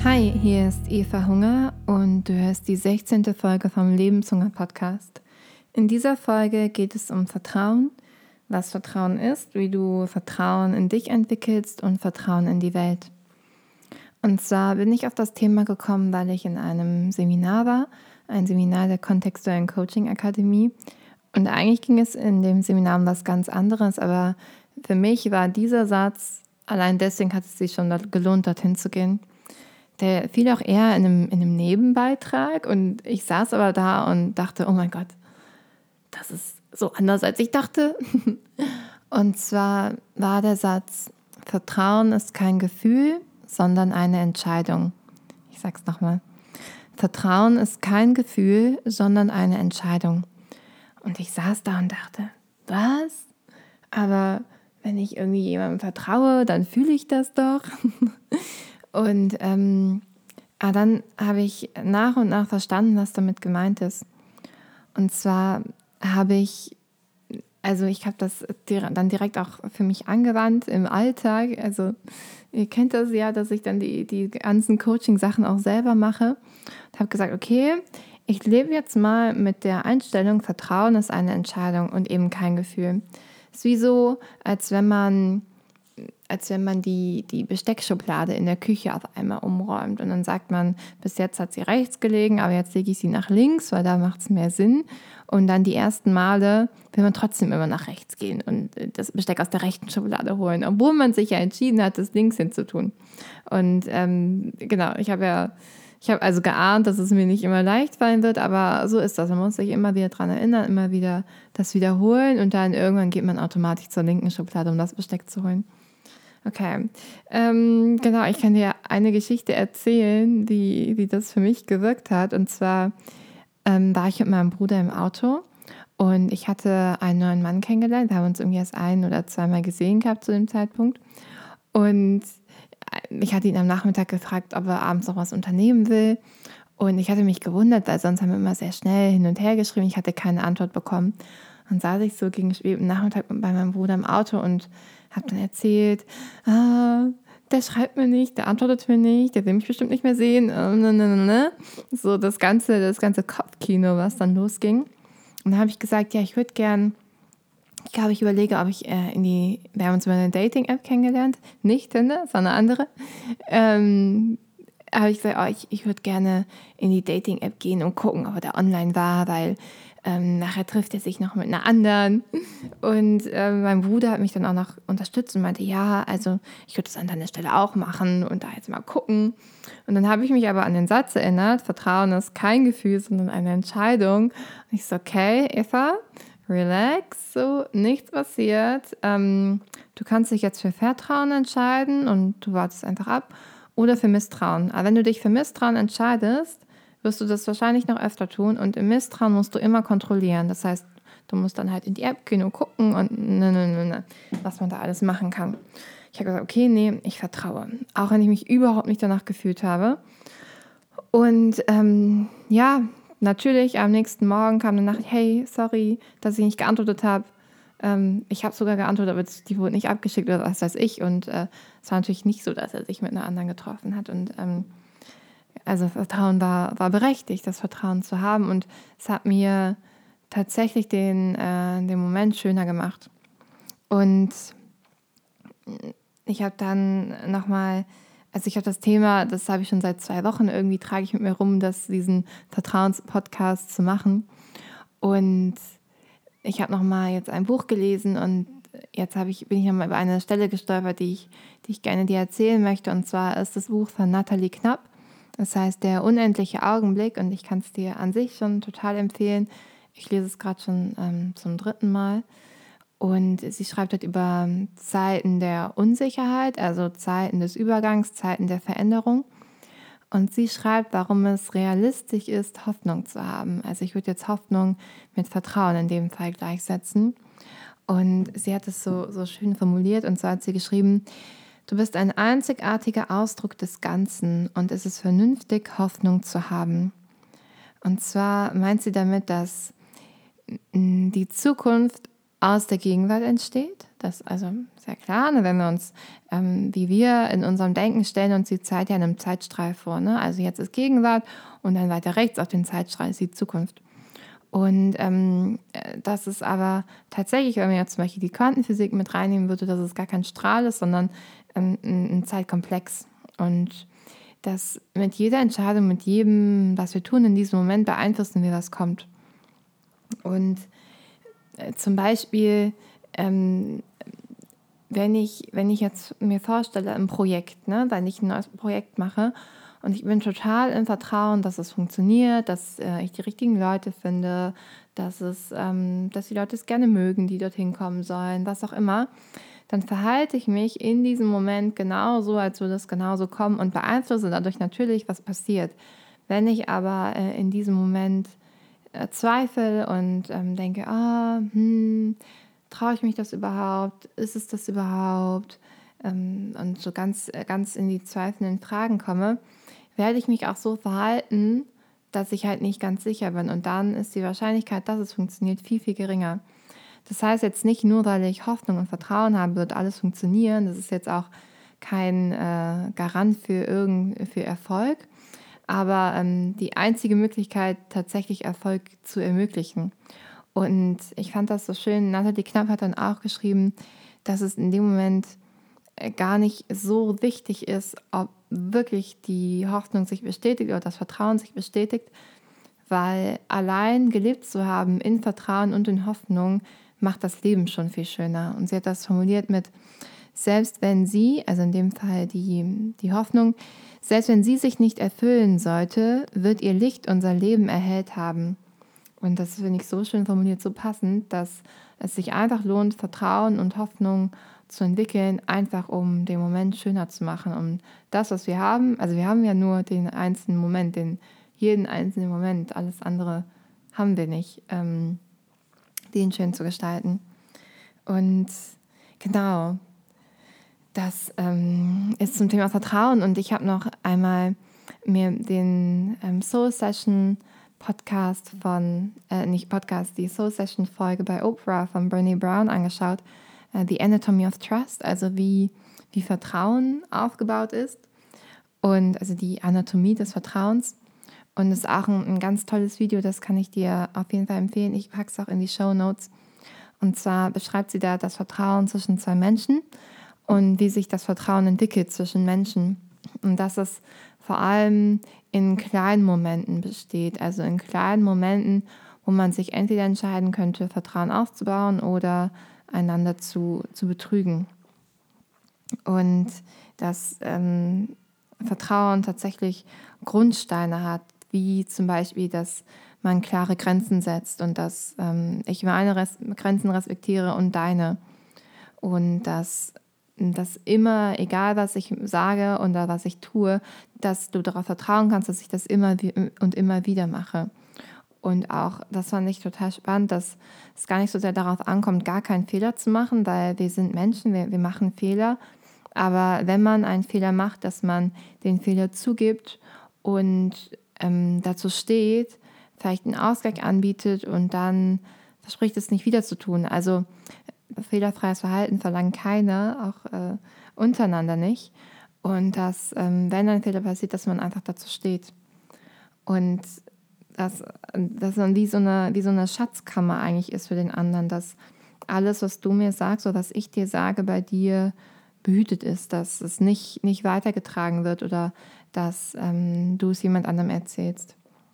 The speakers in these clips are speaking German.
Hi, hier ist Eva Hunger und du hörst die 16. Folge vom Lebenshunger-Podcast. In dieser Folge geht es um Vertrauen, was Vertrauen ist, wie du Vertrauen in dich entwickelst und Vertrauen in die Welt. Und zwar bin ich auf das Thema gekommen, weil ich in einem Seminar war, ein Seminar der Kontextuellen Coaching Akademie. Und eigentlich ging es in dem Seminar um was ganz anderes, aber für mich war dieser Satz, allein deswegen hat es sich schon gelohnt, dorthin zu gehen. Der fiel auch eher in einem Nebenbeitrag und ich saß aber da und dachte, oh mein Gott, das ist so anders, als ich dachte. Und zwar war der Satz, Vertrauen ist kein Gefühl, sondern eine Entscheidung. Ich sag's nochmal. Vertrauen ist kein Gefühl, sondern eine Entscheidung. Und ich saß da und dachte, was? Aber wenn ich irgendwie jemandem vertraue, dann fühle ich das doch. Und dann habe ich nach und nach verstanden, was damit gemeint ist. Und zwar ich habe das dann direkt auch für mich angewandt im Alltag. Also ihr kennt das ja, dass ich dann die ganzen Coaching-Sachen auch selber mache. Und habe gesagt, okay, ich lebe jetzt mal mit der Einstellung, Vertrauen ist eine Entscheidung und eben kein Gefühl. Es ist wie so, als wenn man die Besteckschublade in der Küche auf einmal umräumt und dann sagt man, bis jetzt hat sie rechts gelegen, aber jetzt lege ich sie nach links, weil da macht es mehr Sinn. Und dann die ersten Male will man trotzdem immer nach rechts gehen und das Besteck aus der rechten Schublade holen, obwohl man sich ja entschieden hat, das links hinzutun. Und genau, ich habe also geahnt, dass es mir nicht immer leicht fallen wird, aber so ist das. Man muss sich immer wieder dran erinnern, immer wieder das wiederholen und dann irgendwann geht man automatisch zur linken Schublade, um das Besteck zu holen. Okay, genau, ich kann dir eine Geschichte erzählen, wie das für mich gewirkt hat. Und zwar war ich mit meinem Bruder im Auto und ich hatte einen neuen Mann kennengelernt. Wir haben uns irgendwie erst 1- oder zweimal gesehen gehabt zu dem Zeitpunkt. Und ich hatte ihn am Nachmittag gefragt, ob er abends noch was unternehmen will. Und ich hatte mich gewundert, weil sonst haben wir immer sehr schnell hin und her geschrieben. Ich hatte keine Antwort bekommen. Dann saß ich so gegen späten Nachmittag bei meinem Bruder im Auto und habe dann erzählt, der schreibt mir nicht, der antwortet mir nicht, der will mich bestimmt nicht mehr sehen. So das ganze Kopfkino, was dann losging. Und dann habe ich gesagt, ja, ich überlege, ob wir haben uns über eine Dating-App kennengelernt, nicht Tinder, sondern eine andere. Habe ich gesagt, ich würde gerne in die Dating-App gehen und gucken, ob er da online war, weil nachher trifft er sich noch mit einer anderen. Und mein Bruder hat mich dann auch noch unterstützt und meinte, ja, also ich würde das an deiner Stelle auch machen und da jetzt mal gucken. Und dann habe ich mich aber an den Satz erinnert, Vertrauen ist kein Gefühl, sondern eine Entscheidung. Und ich so, okay, Eva, relax, so, nichts passiert. Du kannst dich jetzt für Vertrauen entscheiden und du wartest einfach ab oder für Misstrauen. Aber wenn du dich für Misstrauen entscheidest, wirst du das wahrscheinlich noch öfter tun und im Misstrauen musst du immer kontrollieren. Das heißt, du musst dann halt in die App gehen und gucken und was man da alles machen kann. Ich habe gesagt, okay, nee, ich vertraue. Auch wenn ich mich überhaupt nicht danach gefühlt habe. Und natürlich am nächsten Morgen kam eine Nachricht, hey, sorry, dass ich nicht geantwortet habe. Ich habe sogar geantwortet, aber die wurde nicht abgeschickt oder was weiß ich. Und es war natürlich nicht so, dass er sich mit einer anderen getroffen hat. Und also Vertrauen war berechtigt, das Vertrauen zu haben. Und es hat mir tatsächlich den Moment schöner gemacht. Und ich habe dann nochmal, also ich habe das Thema, das habe ich schon seit 2 Wochen, irgendwie trage ich mit mir rum, diesen Vertrauenspodcast zu machen. Und ich habe nochmal jetzt ein Buch gelesen und jetzt bin ich nochmal über eine Stelle gestolpert, die ich gerne dir erzählen möchte. Und zwar ist das Buch von Nathalie Knapp. Das heißt, Der unendliche Augenblick, und ich kann es dir an sich schon total empfehlen. Ich lese es gerade schon zum 3. Mal. Und sie schreibt halt über Zeiten der Unsicherheit, also Zeiten des Übergangs, Zeiten der Veränderung. Und sie schreibt, warum es realistisch ist, Hoffnung zu haben. Also ich würde jetzt Hoffnung mit Vertrauen in dem Fall gleichsetzen. Und sie hat es so schön formuliert, und zwar hat sie geschrieben, du bist ein einzigartiger Ausdruck des Ganzen und es ist vernünftig, Hoffnung zu haben. Und zwar meint sie damit, dass die Zukunft aus der Gegenwart entsteht. Das also sehr klar, ne? Wenn wir uns, wie wir in unserem Denken stellen uns die Zeit ja in einem Zeitstrahl vor. Ne? Also jetzt ist Gegenwart und dann weiter rechts auf den Zeitstrahl ist die Zukunft. Und das ist aber tatsächlich, wenn man jetzt zum Beispiel die Quantenphysik mit reinnehmen würde, dass es gar kein Strahl ist, sondern ein Zeitkomplex. Und dass mit jeder Entscheidung, mit jedem, was wir tun in diesem Moment, beeinflussen wir, was kommt. Und zum Beispiel, wenn ich jetzt mir vorstelle, ein Projekt, ne, wenn ich ein neues Projekt mache und ich bin total im Vertrauen, dass es funktioniert, dass ich die richtigen Leute finde, dass die Leute es gerne mögen, die dorthin kommen sollen, was auch immer, dann verhalte ich mich in diesem Moment genauso, als würde es genauso kommen und beeinflusse dadurch natürlich, was passiert. Wenn ich aber in diesem Moment zweifle und denke, traue ich mich das überhaupt? Ist es das überhaupt? Und so ganz in die zweifelnden Fragen komme, werde ich mich auch so verhalten, dass ich halt nicht ganz sicher bin. Und dann ist die Wahrscheinlichkeit, dass es funktioniert, viel, viel geringer. Das heißt jetzt nicht nur, weil ich Hoffnung und Vertrauen habe, wird alles funktionieren. Das ist jetzt auch kein Garant für Erfolg, aber die einzige Möglichkeit, tatsächlich Erfolg zu ermöglichen. Und ich fand das so schön, Nathalie Knapp hat dann auch geschrieben, dass es in dem Moment gar nicht so wichtig ist, ob wirklich die Hoffnung sich bestätigt oder das Vertrauen sich bestätigt, weil allein gelebt zu haben in Vertrauen und in Hoffnung macht das Leben schon viel schöner. Und sie hat das formuliert mit, selbst wenn sie, also in dem Fall die Hoffnung, selbst wenn sie sich nicht erfüllen sollte, wird ihr Licht unser Leben erhellt haben. Und das finde ich so schön formuliert, so passend, dass es sich einfach lohnt, Vertrauen und Hoffnung zu entwickeln, einfach um den Moment schöner zu machen. Um das, was wir haben, also wir haben ja nur den einzelnen Moment, jeden einzelnen Moment, alles andere haben wir nicht, den schön zu gestalten. Und genau, das ist zum Thema Vertrauen. Und ich habe noch einmal mir den Soul Session Podcast die Soul Session Folge bei Oprah von Brené Brown angeschaut, The Anatomy of Trust, also wie Vertrauen aufgebaut ist und also die Anatomie des Vertrauens. Und es ist auch ein ganz tolles Video, das kann ich dir auf jeden Fall empfehlen. Ich packe es auch in die Shownotes. Und zwar beschreibt sie da das Vertrauen zwischen zwei Menschen und wie sich das Vertrauen entwickelt zwischen Menschen. Und dass es vor allem in kleinen Momenten besteht, also in kleinen Momenten, wo man sich entweder entscheiden könnte, Vertrauen aufzubauen oder einander zu betrügen. Und dass Vertrauen tatsächlich Grundsteine hat, wie zum Beispiel, dass man klare Grenzen setzt und dass ich meine Grenzen respektiere und deine. Und dass immer, egal was ich sage oder was ich tue, dass du darauf vertrauen kannst, dass ich das immer und immer wieder mache. Und auch, das fand ich total spannend, dass es gar nicht so sehr darauf ankommt, gar keinen Fehler zu machen, weil wir sind Menschen, wir machen Fehler. Aber wenn man einen Fehler macht, dass man den Fehler zugibt und dazu steht, vielleicht einen Ausgleich anbietet und dann verspricht es nicht wieder zu tun. Also fehlerfreies Verhalten verlangt keiner, auch untereinander nicht. Und dass, wenn ein Fehler passiert, dass man einfach dazu steht. Und dass dann wie so eine Schatzkammer eigentlich ist für den anderen, dass alles, was du mir sagst oder was ich dir sage, bei dir behütet ist, dass es nicht weitergetragen wird oder dass du es jemand anderem erzählst.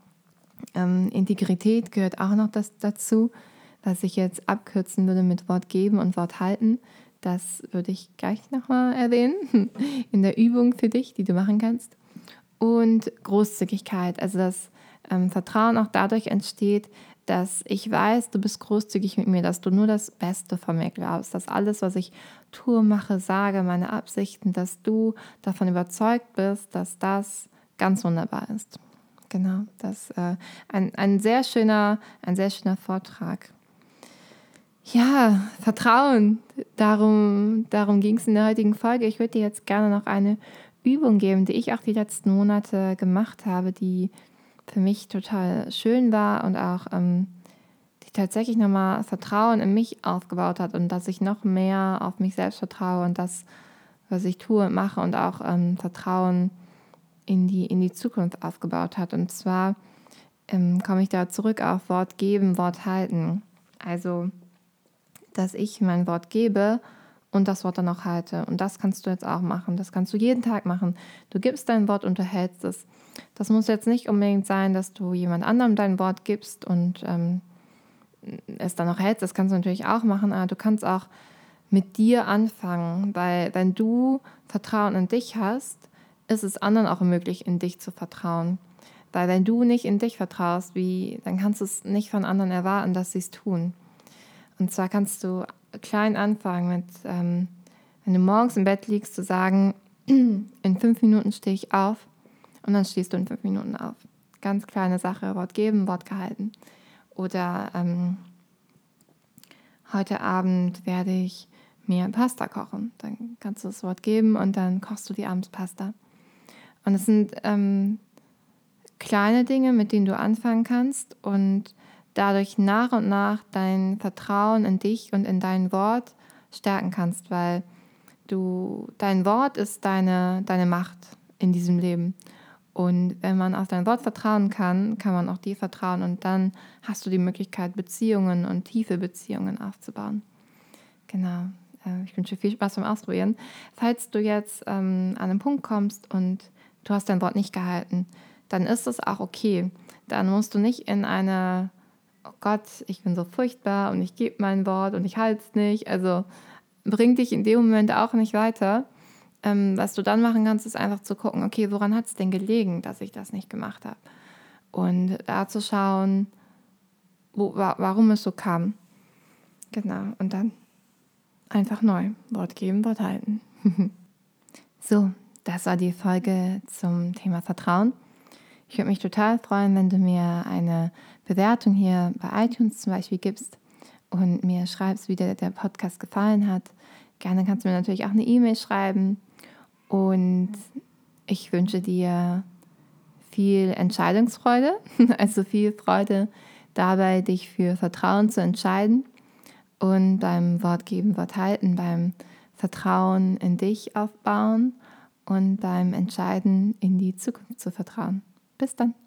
Integrität gehört auch noch dazu, was ich jetzt abkürzen würde mit Wort geben und Wort halten. Das würde ich gleich nochmal erwähnen in der Übung für dich, die du machen kannst. Und Großzügigkeit, also dass Vertrauen auch dadurch entsteht, dass ich weiß, du bist großzügig mit mir, dass du nur das Beste von mir glaubst, dass alles, was ich tue, mache, sage, meine Absichten, dass du davon überzeugt bist, dass das ganz wunderbar ist. Genau, das ist ein sehr schöner Vortrag. Ja, Vertrauen, darum ging es in der heutigen Folge. Ich würde dir jetzt gerne noch eine Übung geben, die ich auch die letzten Monate gemacht habe, die für mich total schön war und auch die tatsächlich nochmal Vertrauen in mich aufgebaut hat und dass ich noch mehr auf mich selbst vertraue und das, was ich tue und mache und auch Vertrauen in die Zukunft aufgebaut hat. Und zwar komme ich da zurück auf Wort geben, Wort halten. Also, dass ich mein Wort gebe und das Wort dann auch halte. Und das kannst du jetzt auch machen. Das kannst du jeden Tag machen. Du gibst dein Wort und du hältst es. Das muss jetzt nicht unbedingt sein, dass du jemand anderem dein Wort gibst und es dann auch hältst. Das kannst du natürlich auch machen, aber du kannst auch mit dir anfangen, weil wenn du Vertrauen in dich hast, ist es anderen auch möglich, in dich zu vertrauen. Weil wenn du nicht in dich vertraust, dann kannst du es nicht von anderen erwarten, dass sie es tun. Und zwar kannst du klein anfangen mit, wenn du morgens im Bett liegst, zu sagen, in 5 Minuten stehe ich auf und dann stehst du in 5 Minuten auf. Ganz kleine Sache, Wort geben, Wort gehalten. Oder heute Abend werde ich mir Pasta kochen. Dann kannst du das Wort geben und dann kochst du die abends Pasta. Und es sind kleine Dinge, mit denen du anfangen kannst und dadurch nach und nach dein Vertrauen in dich und in dein Wort stärken kannst, weil dein Wort ist deine Macht in diesem Leben. Und wenn man auf dein Wort vertrauen kann, kann man auch dir vertrauen und dann hast du die Möglichkeit, Beziehungen und tiefe Beziehungen aufzubauen. Genau. Ich wünsche dir viel Spaß beim Ausprobieren. Falls du jetzt an einen Punkt kommst und du hast dein Wort nicht gehalten, dann ist es auch okay. Dann musst du nicht in eine, oh Gott, ich bin so furchtbar und ich gebe mein Wort und ich halte es nicht. Also bringt dich in dem Moment auch nicht weiter. Was du dann machen kannst, ist einfach zu gucken, okay, woran hat es denn gelegen, dass ich das nicht gemacht habe? Und da zu schauen, warum es so kam. Genau, und dann einfach neu. Wort geben, Wort halten. So, das war die Folge zum Thema Vertrauen. Ich würde mich total freuen, wenn du mir eine Bewertung hier bei iTunes zum Beispiel gibst und mir schreibst, wie dir der Podcast gefallen hat. Gerne kannst du mir natürlich auch eine E-Mail schreiben. Und ich wünsche dir viel Entscheidungsfreude, also viel Freude dabei, dich für Vertrauen zu entscheiden und beim Wort geben, Wort halten, beim Vertrauen in dich aufbauen und beim Entscheiden in die Zukunft zu vertrauen. Bis dann.